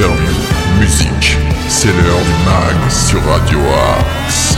interviews, musique. C'est l'heure du mag sur Radio Axe.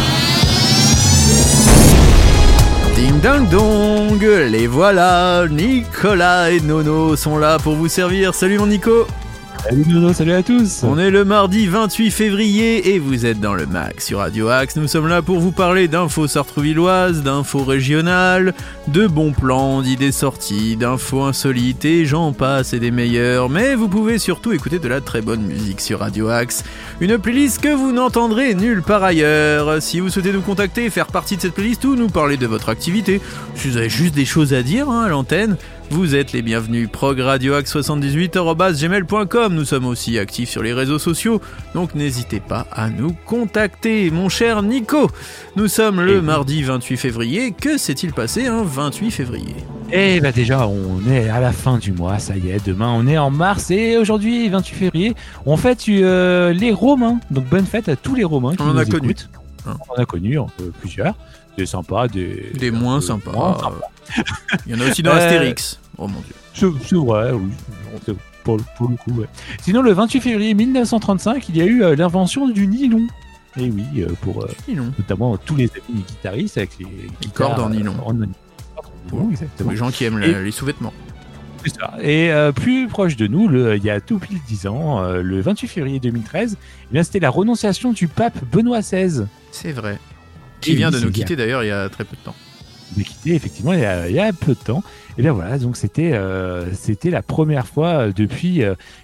Ding ding dong, les voilà, Nicolas et Nono sont là pour vous servir. Salut mon Nico. Salut Nono, salut à tous. On est le mardi 28 février et vous êtes dans le mag sur Radio Axe. Nous sommes là pour vous parler d'infos sartrouvilloises, d'infos régionales, de bons plans, d'idées sorties, d'infos insolites et j'en passe et des meilleurs. Mais vous pouvez surtout écouter de la très bonne musique sur Radio Axe. Une playlist que vous n'entendrez nulle part ailleurs. Si vous souhaitez nous contacter, faire partie de cette playlist ou nous parler de votre activité, si vous avez juste des choses à dire à l'antenne, vous êtes les bienvenus. progradioaxe78@gmail.com. Nous sommes aussi actifs sur les réseaux sociaux, donc n'hésitez pas à nous contacter. Mon cher Nico, nous sommes le mardi 28 février. Que s'est-il passé un 28 février ? Eh bah déjà, on est à la fin du mois, ça y est. Demain, on est en mars et aujourd'hui, 28 février, on fête les Romains. Donc bonne fête à tous les Romains qui nous écoutent. On en a connu plusieurs. Des sympas, des moins sympas. Il y en a aussi dans Astérix. Oh mon dieu. C'est vrai, oui. Pour le coup, ouais. Sinon, le 28 février 1935, il y a eu l'invention du nylon. Et oui, pour notamment tous les amis guitaristes avec les cordes en nylon. Exactement. Les gens qui aiment les sous-vêtements. C'est ça. Et plus proche de nous, il y a tout pile 10 ans, le 28 février 2013, eh bien, c'était la renonciation du pape Benoît XVI. C'est vrai. Qui vient de nous quitter d'ailleurs il y a très peu de temps. De quitter effectivement il y a peu de temps. Et bien voilà, donc c'était la première fois depuis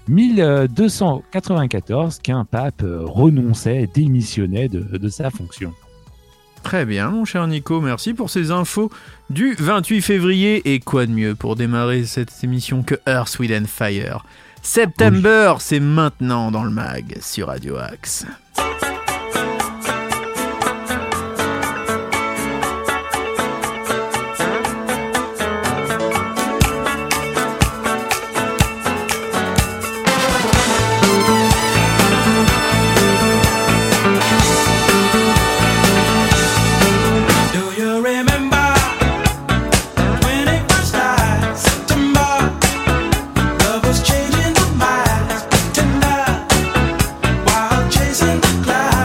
1294 qu'un pape renonçait, démissionnait de sa fonction. Très bien mon cher Nico, merci pour ces infos du 28 février. Et quoi de mieux pour démarrer cette émission que Earth, Wind & Fire. September, oui. C'est maintenant dans le mag sur Radio Axe. Changing the minds, tonight, while chasing the clouds.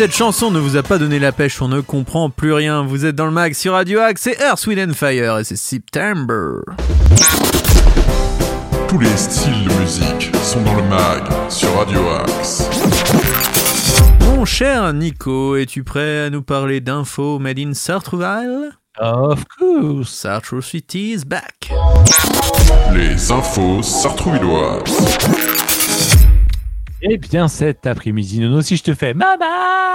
cette chanson ne vous a pas donné la pêche, on ne comprend plus rien. Vous êtes dans le mag sur Radio Axe, c'est Earth, Wind & Fire et c'est September. Tous les styles de musique sont dans le mag sur Radio Axe. Mon cher Nico, es-tu prêt à nous parler d'infos made in Sartrouville? Of course. Sartrouville City is back. Les infos sartrouvilloises. Eh bien, cet après-midi, Nono, si je te fais Mama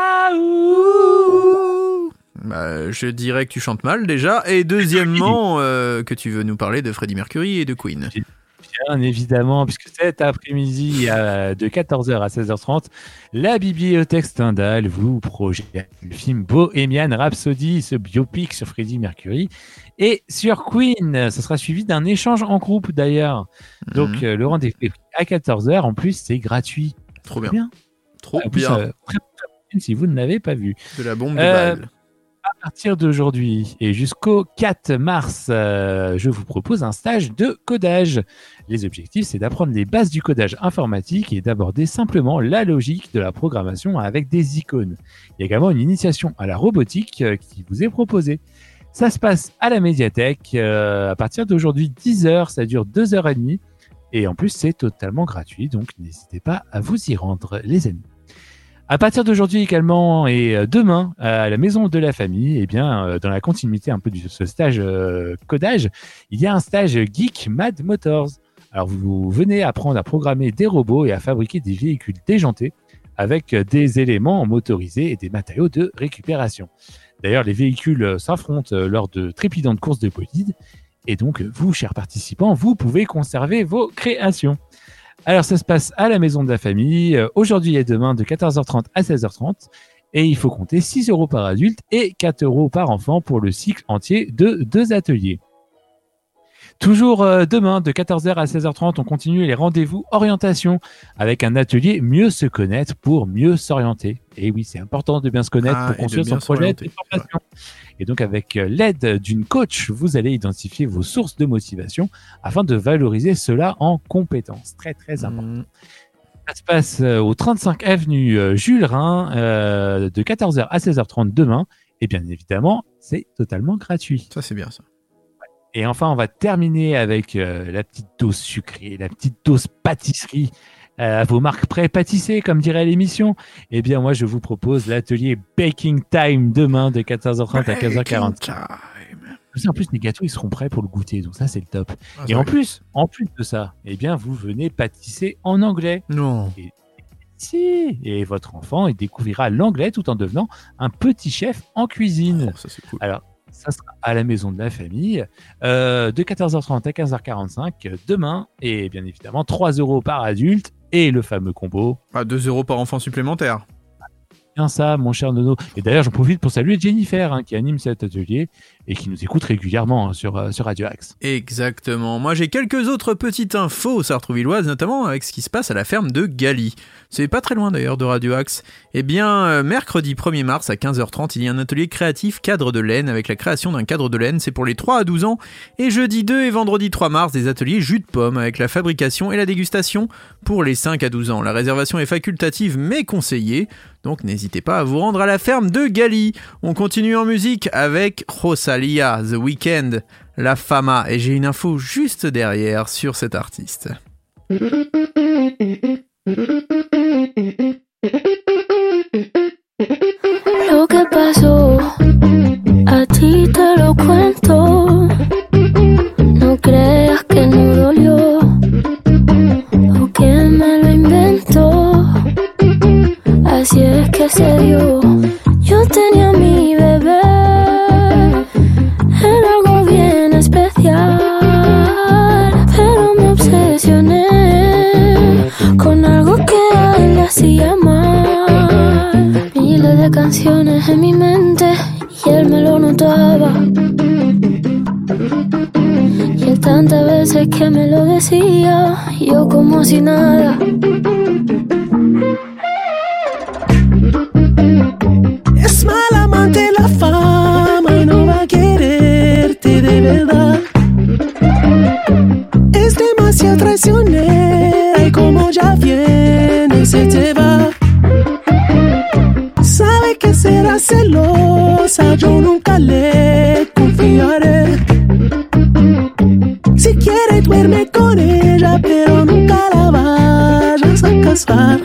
je dirais que tu chantes mal déjà, et deuxièmement, que tu veux nous parler de Freddie Mercury et de Queen. Bien évidemment, puisque cet après-midi, de 14h à 16h30, la bibliothèque Stendhal vous projette le film Bohemian Rhapsody, ce biopic sur Freddie Mercury, et sur Queen. Ça sera suivi d'un échange en groupe d'ailleurs. Donc le rendez-vous est pris à 14h. En plus, c'est gratuit. Trop bien. Trop bien. Très, très bien si vous ne l'avez pas vu. De la bombe de balle. À partir d'aujourd'hui et jusqu'au 4 mars, je vous propose un stage de codage. Les objectifs, c'est d'apprendre les bases du codage informatique et d'aborder simplement la logique de la programmation avec des icônes. Il y a également une initiation à la robotique qui vous est proposée. Ça se passe à la médiathèque à partir d'aujourd'hui 10h, ça dure 2h30 et en plus c'est totalement gratuit, donc n'hésitez pas à vous y rendre les amis. À partir d'aujourd'hui également et demain à la maison de la famille, eh bien dans la continuité un peu de ce stage codage, il y a un stage Geek Mad Motors. Alors vous venez apprendre à programmer des robots et à fabriquer des véhicules déjantés avec des éléments motorisés et des matériaux de récupération. D'ailleurs, les véhicules s'affrontent lors de trépidantes courses de bolides et donc vous, chers participants, vous pouvez conserver vos créations. Alors, ça se passe à la maison de la famille, aujourd'hui et demain, de 14h30 à 16h30. Et il faut compter 6 € par adulte et 4 € par enfant pour le cycle entier de 2 ateliers. Toujours demain, de 14h à 16h30, on continue les rendez-vous orientation avec un atelier mieux se connaître pour mieux s'orienter. Et oui, c'est important de bien se connaître pour construire son projet de formation. Et donc, avec l'aide d'une coach, vous allez identifier vos sources de motivation afin de valoriser cela en compétences. Très, très important. Ça se passe au 35 avenue Jules Rhin, de 14h à 16h30 demain. Et bien évidemment, c'est totalement gratuit. Ça, c'est bien ça. Et enfin, on va terminer avec la petite dose sucrée, la petite dose pâtisserie à vos marques prêts pâtissés, comme dirait l'émission. Eh bien, moi, je vous propose l'atelier Baking Time demain de 14h30 à 15h40. En plus, les gâteaux, ils seront prêts pour le goûter. Donc ça, c'est le top. Et en plus de ça, eh bien, vous venez pâtisser en anglais. Non. Et votre enfant, il découvrira l'anglais tout en devenant un petit chef en cuisine. Ça, c'est cool. Alors, ça sera à la maison de la famille, de 14h30 à 15h45 demain, et bien évidemment 3 € par adulte et le fameux combo. 2 € par enfant supplémentaire. Bien ça, mon cher Nono. Et d'ailleurs, j'en profite pour saluer Jennifer, qui anime cet atelier et qui nous écoute régulièrement sur Radio Axe. Exactement. Moi, j'ai quelques autres petites infos sartrouvilloises, notamment avec ce qui se passe à la ferme de Galy. C'est pas très loin d'ailleurs de Radio Axe. Eh bien, mercredi 1er mars à 15h30, il y a un atelier créatif cadre de laine avec la création d'un cadre de laine. C'est pour les 3 à 12 ans. Et jeudi 2 et vendredi 3 mars, des ateliers jus de pomme avec la fabrication et la dégustation pour les 5 à 12 ans. La réservation est facultative mais conseillée. Donc n'hésitez pas à vous rendre à la ferme de Galy. On continue en musique avec Rosalia, The Weeknd, La Fama. Et j'ai une info juste derrière sur cet artiste. Lo que pasó, a ti te lo cuento. No creas que no dolió o que me lo inventó. Así es que se dio. Yo tenía a mi bebé, era algo bien especial, pero me obsesioné con algo que a él le hacía mal. Miles de canciones en mi mente y él me lo notaba. Y él tantas veces que me lo decía, yo como si nada. Es mal amante la fama y no va a quererte de verdad. Es demasiado traicionera y como ya viene se te va. Sabe yo nunca le confiaré. Si quiere duerme con ella, pero nunca la vayas a casar.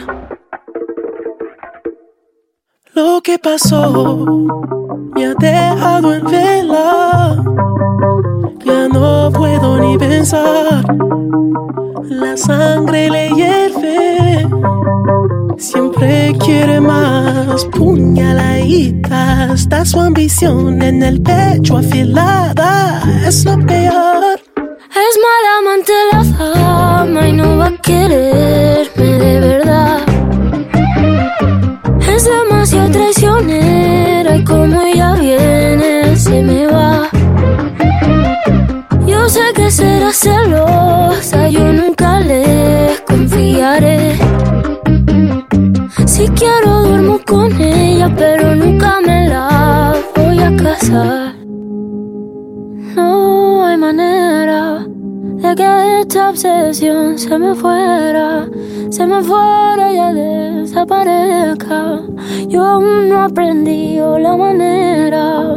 Lo que pasó me ha dejado en vela. Ya no puedo ni pensar. La sangre le hierve. Siempre quiere más. Puñaladita. Está su ambición en el pecho afilada. Es lo peor. Es mala amante la fama y no va a quererme de verdad. Es demasiado traicionera y como ella viene se me va. Yo sé que será celosa, yo nunca le confiaré. Si quiero duermo con ella, pero nunca me la voy a casar. No hay manera de que esta obsesión se me fuera y ya desaparezca. Yo aún no he aprendido la manera.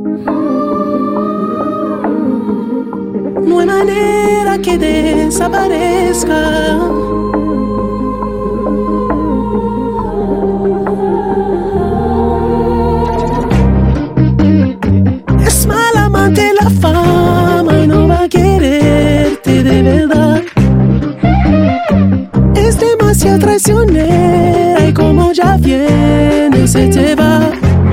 No hay manera que desaparezca. Es mala amante la fama y no va a quererte de verdad. Es demasiado traicionera y como ya viene se te va.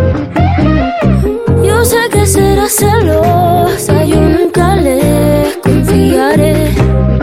Yo sé que será celosa, yo nunca le confiaré.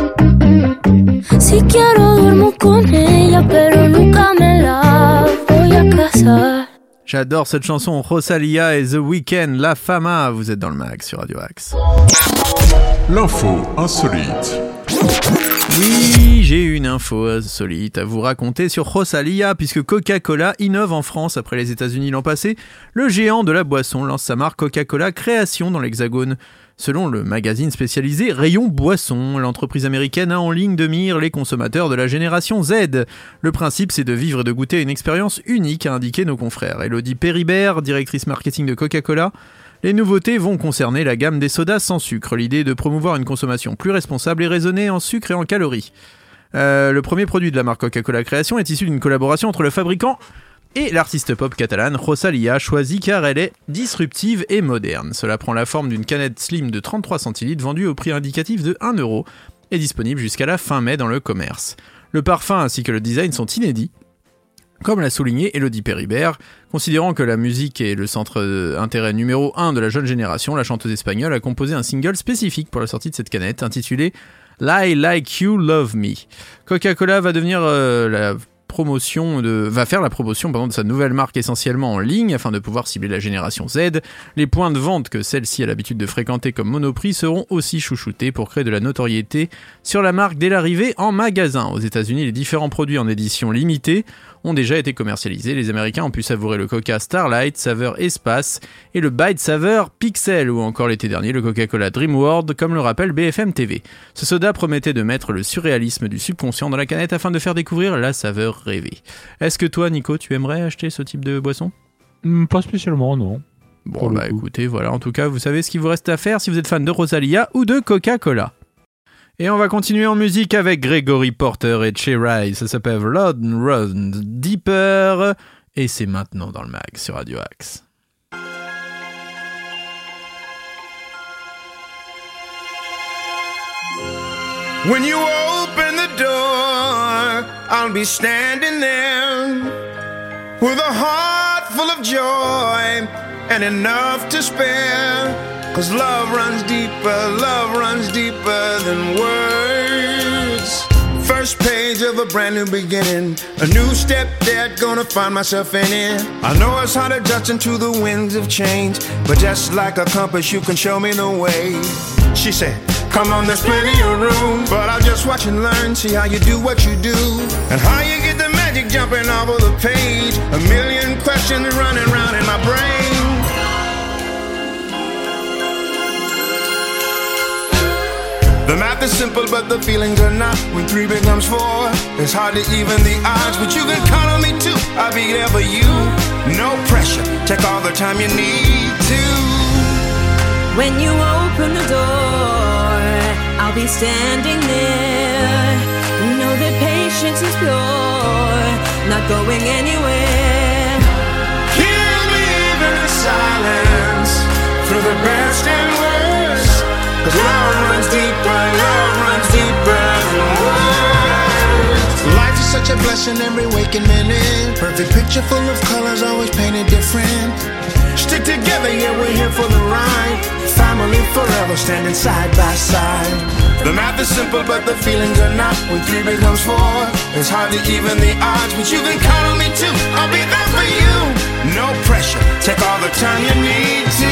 Si quiero duermo con ella, pero nunca me la voy a casar. J'adore cette chanson, Rosalia et The Weeknd, La Fama. Vous êtes dans le mag sur Radio Axe. L'info insolite. Oui, j'ai une info insolite à vous raconter sur Rosalia, puisque Coca-Cola innove en France après les États-Unis l'an passé. Le géant de la boisson lance sa marque Coca-Cola Création dans l'Hexagone. Selon le magazine spécialisé Rayon Boisson, l'entreprise américaine a en ligne de mire les consommateurs de la génération Z. Le principe, c'est de vivre et de goûter une expérience unique, a indiqué nos confrères. Elodie Péribert, directrice marketing de Coca-Cola. Les nouveautés vont concerner la gamme des sodas sans sucre. L'idée est de promouvoir une consommation plus responsable et raisonnée en sucre et en calories. Le premier produit de la marque Coca-Cola Création est issu d'une collaboration entre le fabricant et l'artiste pop catalane Rosalia, choisie car elle est disruptive et moderne. Cela prend la forme d'une canette slim de 33 centilitres vendue au prix indicatif de 1 € et disponible jusqu'à la fin mai dans le commerce. Le parfum ainsi que le design sont inédits, comme l'a souligné Elodie Péribert. Considérant que la musique est le centre d'intérêt numéro 1 de la jeune génération, la chanteuse espagnole a composé un single spécifique pour la sortie de cette canette, intitulé « Lie Like You Love Me ». Coca-Cola va devenir va faire la promotion de sa nouvelle marque essentiellement en ligne afin de pouvoir cibler la génération Z. Les points de vente que celle-ci a l'habitude de fréquenter comme Monoprix seront aussi chouchoutés pour créer de la notoriété sur la marque dès l'arrivée en magasin. Aux États-Unis, les différents produits en édition limitée ont déjà été commercialisés. Les Américains ont pu savourer le Coca Starlight, saveur Espace, et le Bite saveur Pixel, ou encore l'été dernier le Coca-Cola Dream World, comme le rappelle BFM TV. Ce soda promettait de mettre le surréalisme du subconscient dans la canette afin de faire découvrir la saveur rêvée. Est-ce que toi, Nico, tu aimerais acheter ce type de boisson ? Pas spécialement, non. Bon, bah écoutez, voilà, en tout cas, vous savez ce qu'il vous reste à faire si vous êtes fan de Rosalia ou de Coca-Cola. Et on va continuer en musique avec Gregory Porter et Che Rai. Ça s'appelle Blood Run Deeper. Et c'est maintenant dans le mag sur Radio Axe. When you open the door, I'll be standing there with a heart full of joy and enough to spare. 'Cause love runs deeper than words. First page of a brand new beginning, a new step that gonna find myself in it. I know it's hard adjusting to the winds of change, but just like a compass you can show me the way. She said, come on, there's plenty of room, but I'll just watch and learn, see how you do what you do, and how you get the magic jumping off of the page. A million questions running round in my brain. The math is simple, but the feelings are not. When 3 becomes 4, it's hard to even the odds, but you can count on me too. I'll be there for you. No pressure, take all the time you need to. When you open the door, I'll be standing there. Know that patience is pure, not going anywhere. Hear me even in silence, through the best and worst. 'Cause love runs deeper than words. Life is such a blessing every waking minute. Perfect picture full of colors, always painted different. Stick together, yeah, we're here for the ride. Family forever, standing side by side. The math is simple, but the feelings are not. When 3 becomes 4, it's hard to even the odds. But you can count on me too, I'll be there for you. No pressure, take all the time you need to.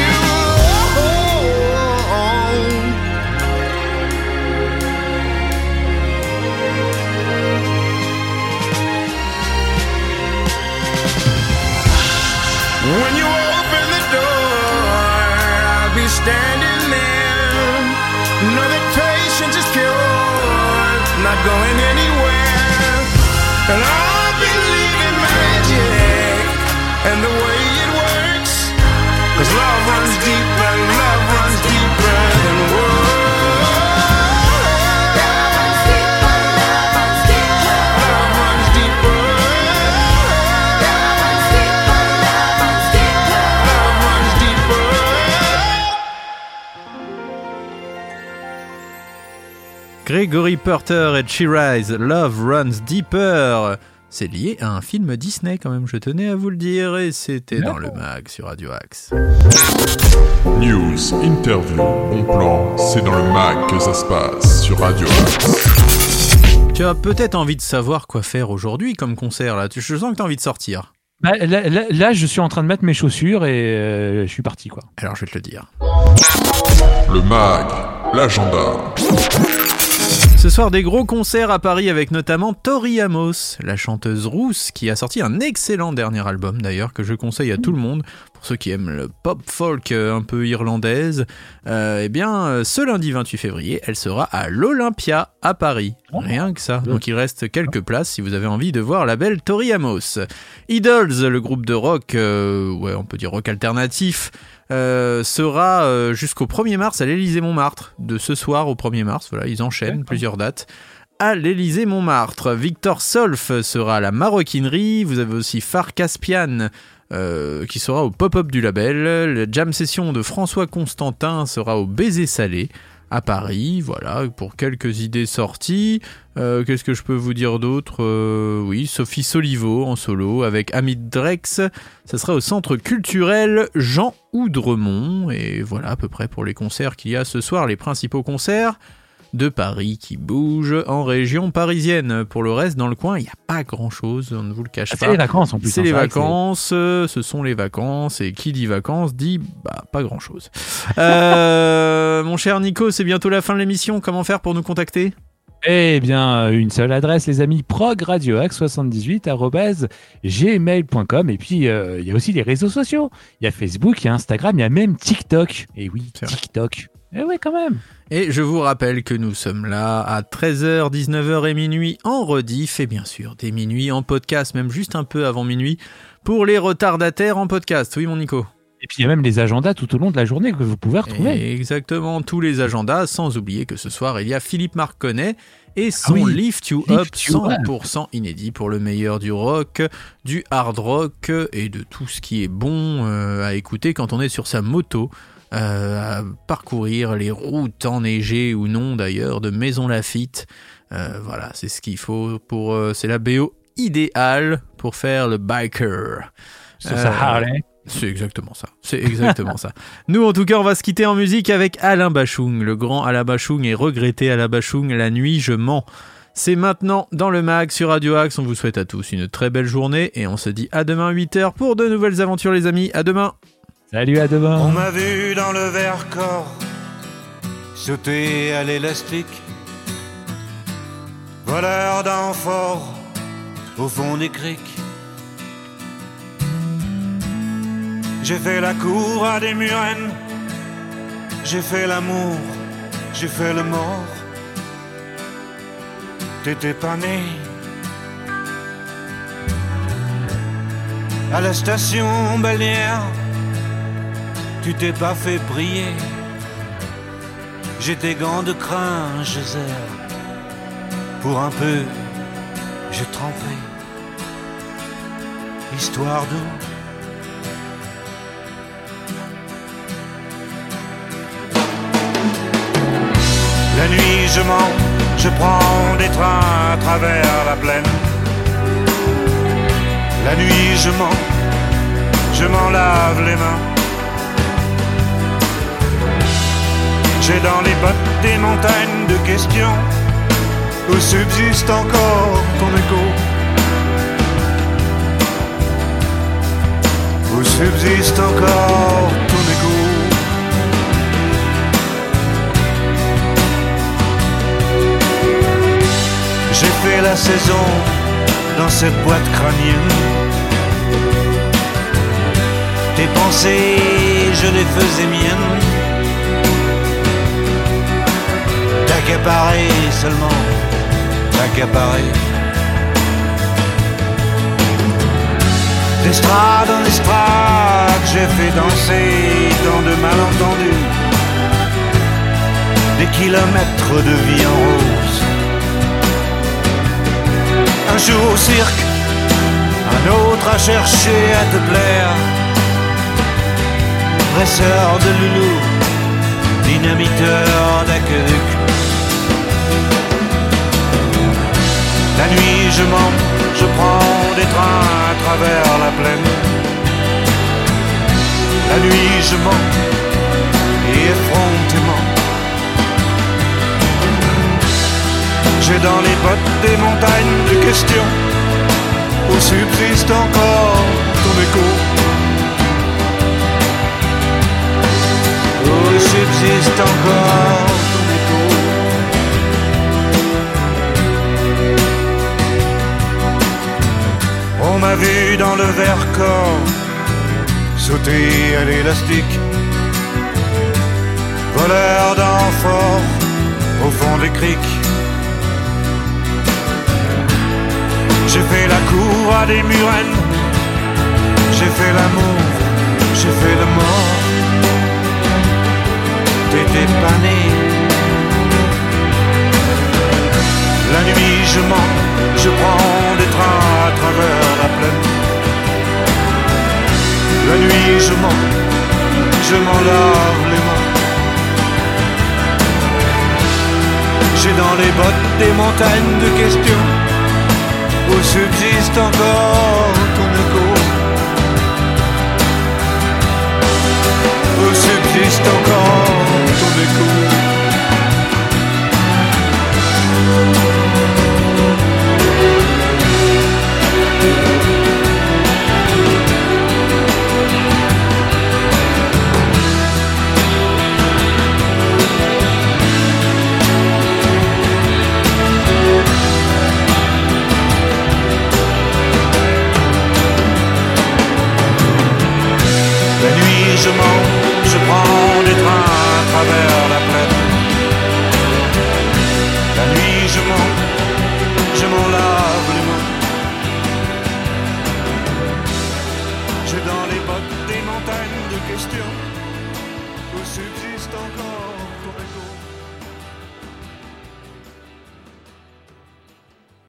When you open the door, I'll be standing there. Know that patience is pure, not going anywhere. And I'll believe in magic and the way it works. 'Cause love runs deeper than words. Gregory Porter et She Rise, Love Runs Deeper. C'est lié à un film Disney quand même, je tenais à vous le dire, et c'était dans le mag sur Radio Axe. News, interview, bon plan, c'est dans le mag que ça se passe sur Radio Axe. Tu as peut-être envie de savoir quoi faire aujourd'hui comme concert là. Je sens que tu as envie de sortir. Bah, là, je suis en train de mettre mes chaussures et je suis parti quoi. Alors je vais te le dire. Le mag, l'agenda. Ce soir, des gros concerts à Paris avec notamment Tori Amos, la chanteuse rousse qui a sorti un excellent dernier album d'ailleurs que je conseille à tout le monde pour ceux qui aiment le pop folk un peu irlandaise. Ce lundi 28 février, elle sera à l'Olympia à Paris. Rien que ça. Donc il reste quelques places si vous avez envie de voir la belle Tori Amos. Idols, le groupe de rock, on peut dire rock alternatif, sera jusqu'au 1er mars à l'Élysée-Montmartre. De ce soir au 1er mars, voilà, ils enchaînent plusieurs dates à l'Élysée-Montmartre. Victor Solf sera à la Maroquinerie. Vous avez aussi Far Caspian qui sera au pop-up du label. La jam session de François Constantin sera au Baiser Salé à Paris. Voilà, pour quelques idées sorties. Qu'est-ce que je peux vous dire d'autre ? Oui, Sophie Solivo en solo avec Amit Drex. Ça sera au Centre culturel Jean Oudremont. Et voilà à peu près pour les concerts qu'il y a ce soir, les principaux concerts de Paris qui bougent en région parisienne. Pour le reste, dans le coin, il n'y a pas grand-chose, on ne vous le cache pas. C'est les vacances en plus. C'est les vacances, ce sont les vacances, et qui dit vacances dit pas grand-chose. Mon cher Nico, c'est bientôt la fin de l'émission, comment faire pour nous contacter ? Eh bien, une seule adresse, les amis, progradioaxe78@gmail.com. Et puis, il y a aussi les réseaux sociaux. Il y a Facebook, il y a Instagram, il y a même TikTok. Et oui, TikTok. Eh ouais, quand même. Et je vous rappelle que nous sommes là à 13h, 19h et minuit en rediff. Et bien sûr, dès minuit en podcast, même juste un peu avant minuit, pour les retardataires en podcast. Oui, mon Nico ? Et puis il y a même les agendas tout au long de la journée que vous pouvez retrouver. Exactement, tous les agendas, sans oublier que ce soir il y a Philippe Marconnet et son Lift You Up 100% inédit pour le meilleur du rock, du hard rock et de tout ce qui est bon à écouter quand on est sur sa moto, à parcourir les routes enneigées ou non d'ailleurs de Maison Lafitte. Voilà, c'est ce qu'il faut pour c'est la BO idéale pour faire le biker. Sur sa Harley. C'est exactement ça. Nous, en tout cas, on va se quitter en musique avec Alain Bachung, le grand Alain Bachung et regretté Alain Bachung, La nuit je mens. C'est maintenant dans le mag sur Radio Axe. On vous souhaite à tous une très belle journée et on se dit à demain 8h pour de nouvelles aventures, les amis. À demain. Salut, à demain. On m'a vu dans le Vercors sauter à l'élastique, voleur d'amphores au fond des criques. J'ai fait la cour à des murennes, j'ai fait l'amour, j'ai fait le mort. T'étais pas né. à la station balnéaire, tu t'es pas fait briller. J'ai tes gants de crin, je zère. Pour un peu, j'ai trempé. Histoire d'eau. La nuit je mens, je prends des trains à travers la plaine. La nuit je mens, je m'en lave les mains. J'ai dans les bottes des montagnes de questions où subsiste encore ton écho. Où subsiste encore ton écho. J'ai fait la saison dans cette boîte crânienne. Tes pensées, je les faisais miennes. D'accaparer seulement, d'accaparer. D'estrade en estrade, j'ai fait danser tant de malentendus. Des kilomètres de vie en rose. Un jour au cirque, un autre à chercher à te plaire. Presseur de loulou, dynamiteur d'aqueduc. La nuit je mens, je prends des trains à travers la plaine. La nuit je mens, et effrontément. J'ai dans les bottes des montagnes de questions où subsiste encore ton écho. Où subsiste encore ton écho. On m'a vu dans le Vercors sauter à l'élastique. Voleur d'amphores au fond des criques. J'ai fait la cour à des murennes. J'ai fait l'amour, j'ai fait le mort. T'étais pas né. La nuit je mens, je prends des trains à travers la plaine. La nuit je mens, je m'en lave les mains. J'ai dans les bottes des montagnes de questions où subsiste encore ton écho. Où subsiste encore ton écho. Je mens, je prends des trains à travers la plaine. La nuit je mens, je m'en lave les mains. J'ai dans les bottes des montagnes de questions où subsiste encore ton